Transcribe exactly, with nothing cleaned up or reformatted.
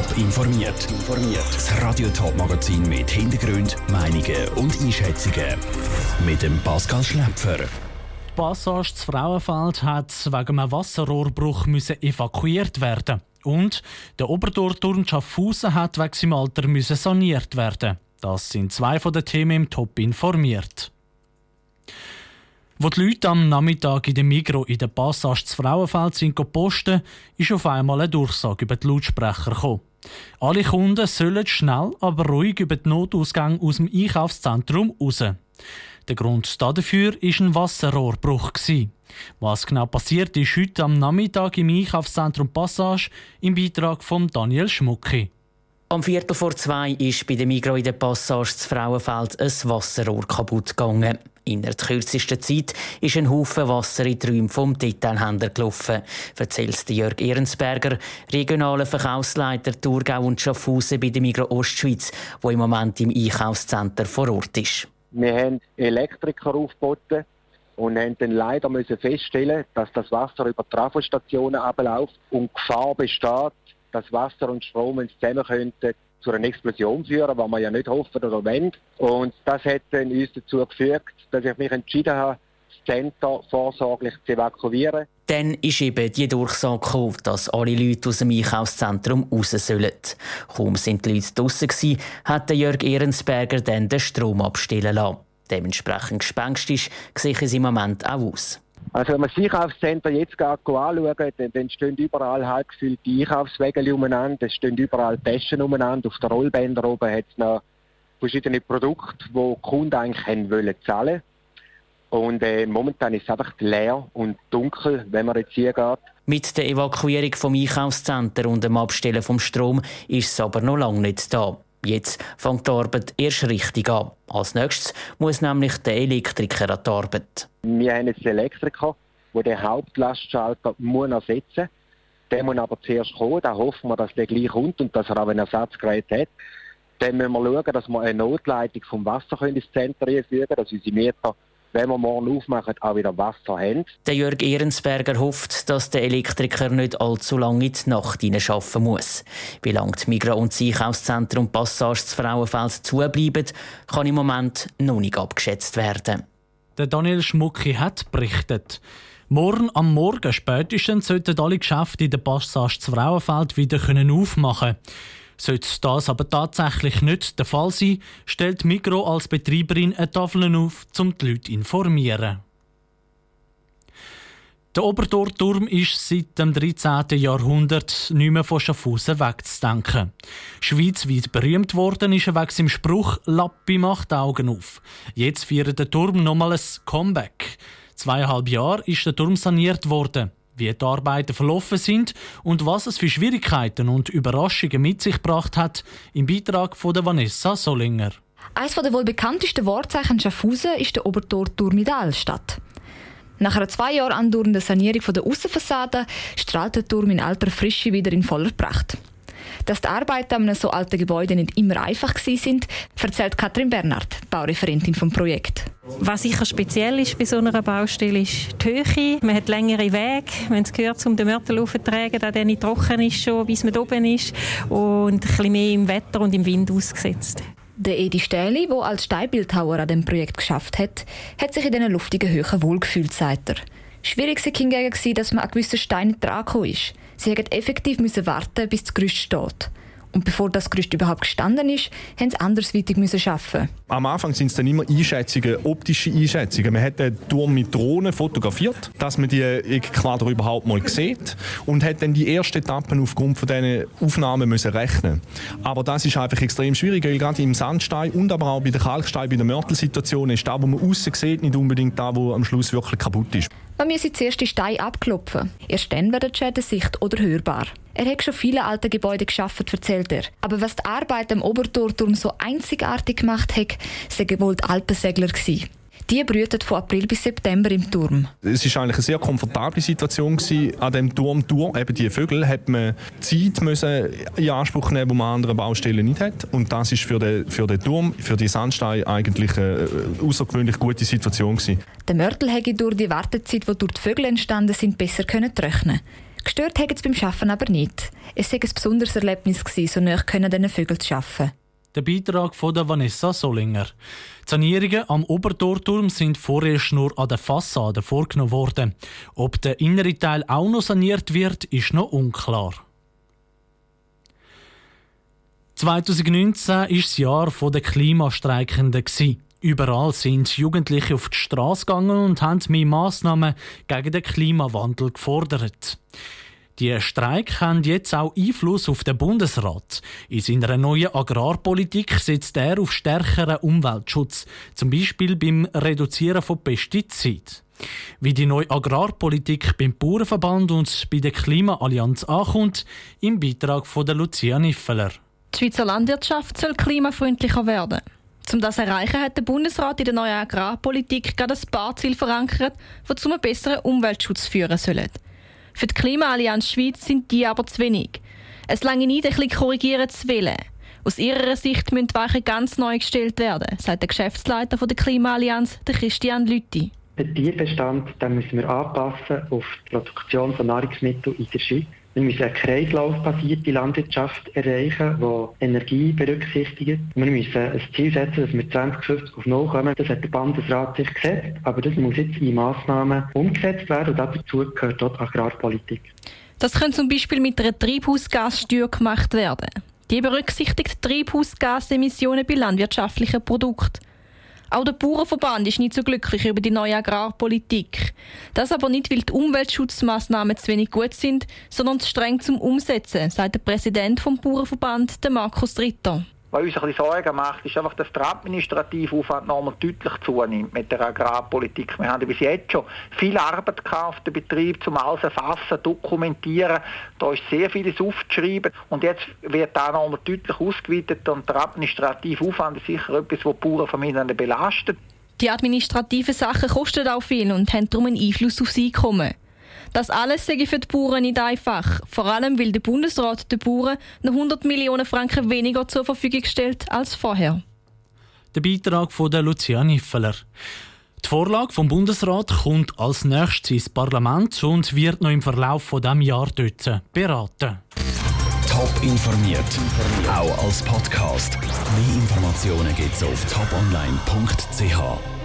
informiert. informiert. Das Radio Top Magazin mit Hintergrund, Meinungen und Einschätzungen. Mit dem Pascal Schläpfer. Die Passage zu Frauenfeld hat wegen einem Wasserrohrbruch müssen evakuiert werden. Und der Obertorturm Schaffhausen hat wegen seinem Alter müssen saniert werden. Das sind zwei von den Themen im Top informiert. Wo die Leute am Nachmittag in der Migros in der Passage zu Frauenfeld sind posten, ist auf einmal eine Durchsage über die Lautsprecher gekommen. Alle Kunden sollen schnell, aber ruhig über den Notausgang aus dem Einkaufszentrum raus. Der Grund dafür war ein Wasserrohrbruch. Was genau passiert ist heute am Nachmittag im Einkaufszentrum Passage im Beitrag von Daniel Schmucki. Am Viertel vor zwei ist bei der Migros in der Passage zu Frauenfeld ein Wasserrohr kaputt gegangen. In der kürzesten Zeit ist ein Haufen Wasser in die Räume vom Detailhändler gelaufen, erzählt Jörg Ehrensberger, regionaler Verkaufsleiter Thurgau und Schaffhausen bei der Migros Ostschweiz, der im Moment im Einkaufszentrum vor Ort ist. Wir haben Elektriker aufgeboten und haben dann leider müssen feststellen, dass das Wasser über Trafostationen abläuft und Gefahr besteht, dass Wasser und Strom zusammen könnten zu einer Explosion führen, was wir ja nicht hoffen oder wollen. Und das hat dann uns dazu geführt, dass ich mich entschieden habe, das Center vorsorglich zu evakuieren. Dann ist eben die Durchsage gekommen, dass alle Leute aus dem Einkaufszentrum raus sollen. Kaum sind die Leute draussen gewesen, hat Jörg Ehrensberger dann den Strom abstellen lassen. Dementsprechend gespenstisch sieht es im Moment auch aus. Also wenn man das Einkaufszentrum jetzt anschaut, dann, dann stehen überall halb gefüllte Einkaufswägel umeinander, es stehen überall Taschen umeinander. Auf den Rollbändern oben hat es noch verschiedene Produkte, die die Kunden eigentlich haben wollen zahlen. Und äh, momentan ist es einfach leer und dunkel, wenn man jetzt hier geht. Mit der Evakuierung vom Einkaufszentrum und dem Abstellen vom Strom ist es aber noch lange nicht da. Jetzt fängt die Arbeit erst richtig an. Als nächstes muss nämlich der Elektriker an die Arbeit. Wir haben einen Elektriker, der den Hauptlastschalter muss ersetzen muss. Der muss aber zuerst kommen. Da hoffen wir, dass der gleich kommt und dass er auch ein Ersatzgerät hat. Dann müssen wir schauen, dass wir eine Notleitung vom Wasser ins Zentrum einfügen können, dass unsere Mieter, wenn wir morgen aufmachen, auch wieder Wasser haben. Der Jörg Ehrensberger hofft, dass der Elektriker nicht allzu lange in die Nacht arbeiten muss. Wie lange die Migros und das Einkaufszentrum Passage zu Frauenfeld zubleiben, kann im Moment noch nicht abgeschätzt werden. Der Daniel Schmucki hat berichtet. Morgen am Morgen spätestens sollten alle Geschäfte in der Passage zu Frauenfeld wieder aufmachen können. Sollte das aber tatsächlich nicht der Fall sein, stellt Migros als Betreiberin eine Tafel auf, um die Leute zu informieren. Der Obertorturm ist seit dem dreizehnten Jahrhundert nicht mehr von Schaffhausen wegzudenken. Schweizweit berühmt worden ist er wegen seinem Spruch «Lappi macht Augen auf». Jetzt feiert der Turm nochmal ein Comeback. Zweieinhalb Jahre ist der Turm saniert worden. Wie die Arbeiten verlaufen sind und was es für Schwierigkeiten und Überraschungen mit sich gebracht hat, im Beitrag von der Vanessa Solinger. Eines der wohl bekanntesten Wortzeichen Schaffhausen ist der Obertorturm in der Altstadt. Nach einer zwei Jahre andauernden Sanierung der Aussenfassade strahlt der Turm in alter Frische wieder in voller Pracht. Dass die Arbeiten an einem so alten Gebäude nicht immer einfach waren, erzählt Katrin Bernhard, Baureferentin vom Projekt. Was sicher speziell ist bei so einer Baustelle, ist die Höhe. Man hat längere Wege, wenn es gehört, um den Mörtel aufzutragen, da der nicht trocken ist, schon, bis man oben ist. Und ein bisschen mehr im Wetter und im Wind ausgesetzt. Der Edi Stähli, der als Steinbildhauer an dem Projekt geschafft hat, hat sich in diesen luftigen Höhen wohlgefühlt, sagt er. Schwierig war hingegen, dass man an gewissen Steinen nicht drangekommen ist. Sie mussten effektiv warten, bis das Gerüst steht. Und bevor das Gerüst überhaupt gestanden ist, mussten sie andersweitig arbeiten. Am Anfang sind es dann immer Einschätzungen, optische Einschätzungen. Man hat den Turm mit Drohnen fotografiert, dass man die Quader überhaupt mal sieht. Und hat dann die ersten Etappen aufgrund von diesen Aufnahmen müssen rechnen. Aber das ist einfach extrem schwierig, weil gerade im Sandstein und aber auch bei der Kalkstein, bei der Mörtelsituation ist da, wo man aussen sieht, nicht unbedingt da, wo am Schluss wirklich kaputt ist. Man müsse zuerst die Steine abklopfen. Erst dann werden die Schäden sicht- oder hörbar. Er hat schon viele alte Gebäude geschafft, erzählt er. Aber was die Arbeit am Obertorturm so einzigartig gemacht hat, waren wohl die Alpensegler gewesen. Die brüten von April bis September im Turm. Es war eigentlich eine sehr komfortable Situation an diesem Turm. Eben die Vögel hat man Zeit müssen in Anspruch nehmen, die man an anderen Baustellen nicht hat. Und das war für den, für den Turm, für die Sandsteine eigentlich eine außergewöhnlich gute Situation gewesen. Der Mörtel hätte durch die Wartezeit, die durch die Vögel entstanden sind, besser trocknen können. Gestört hat es beim Arbeiten aber nicht. Es war ein besonderes Erlebnis, so nahe diesen Vögeln zu arbeiten. Der Beitrag von der Vanessa Solinger. Die Sanierungen am Obertorturm sind vorerst nur an der Fassade vorgenommen worden. Ob der innere Teil auch noch saniert wird, ist noch unklar. zwanzig neunzehn war das Jahr der Klimastreikenden. Überall sind Jugendliche auf die Straße gegangen und haben mehr Massnahmen gegen den Klimawandel gefordert. Die Streik haben jetzt auch Einfluss auf den Bundesrat. In seiner neuen Agrarpolitik setzt er auf stärkeren Umweltschutz, zum Beispiel beim Reduzieren von Pestiziden. Wie die neue Agrarpolitik beim Bauernverband und bei der Klimaallianz ankommt, im Beitrag von der Lucia Niffeler. Die Schweizer Landwirtschaft soll klimafreundlicher werden. Um das zu erreichen, hat der Bundesrat in der neuen Agrarpolitik gerade ein paar Ziele verankert, die zu einem besseren Umweltschutz führen sollen. Für die Klimaallianz Schweiz sind die aber zu wenig. Es lange nicht, ein bisschen korrigieren zu wollen. Aus ihrer Sicht müssen die Weichen ganz neu gestellt werden, sagt der Geschäftsleiter der Klimaallianz, Christian Lüthi. Den Tierbestand den müssen wir anpassen auf die Produktion von Nahrungsmitteln in der Schweiz. Wir müssen eine kreislaufbasierte Landwirtschaft erreichen, die Energie berücksichtigt. Wir müssen ein Ziel setzen, dass wir zwanzig fünfzig auf null kommen. Das hat der Bundesrat sich gesetzt, aber das muss jetzt in Massnahmen umgesetzt werden und dazu gehört auch die Agrarpolitik. Das kann zum Beispiel mit einer Treibhausgassteuer gemacht werden. Die berücksichtigt Treibhausgasemissionen bei landwirtschaftlichen Produkten. Auch der Bauernverband ist nicht so glücklich über die neue Agrarpolitik. Das aber nicht, weil die Umweltschutzmaßnahmen zu wenig gut sind, sondern zu streng zum Umsetzen, sagt der Präsident des Bauernverbands, Markus Ritter. Was uns ein bisschen Sorgen macht, ist einfach, dass der administrative Aufwand nochmal deutlich zunimmt mit der Agrarpolitik. Wir haben bis jetzt schon viel Arbeit auf den Betrieb, um alles erfassen, dokumentieren. Da ist sehr vieles aufzuschreiben und jetzt wird da nochmal deutlich ausgeweitet und der administrative Aufwand ist sicher etwas, das die Bauernfamilien belastet. Die administrativen Sachen kosten auch viel und haben darum einen Einfluss aufs Einkommen. Das alles sei für die Bauern nicht einfach, vor allem weil der Bundesrat den Bauern noch hundert Millionen Franken weniger zur Verfügung stellt als vorher. Der Beitrag von der Lucia Niffeler. Die Vorlage vom Bundesrat kommt als nächstes ins Parlament und wird noch im Verlauf dieses Jahres dort beraten. Top informiert, auch als Podcast. Mehr Informationen gibt es auf top online punkt c h.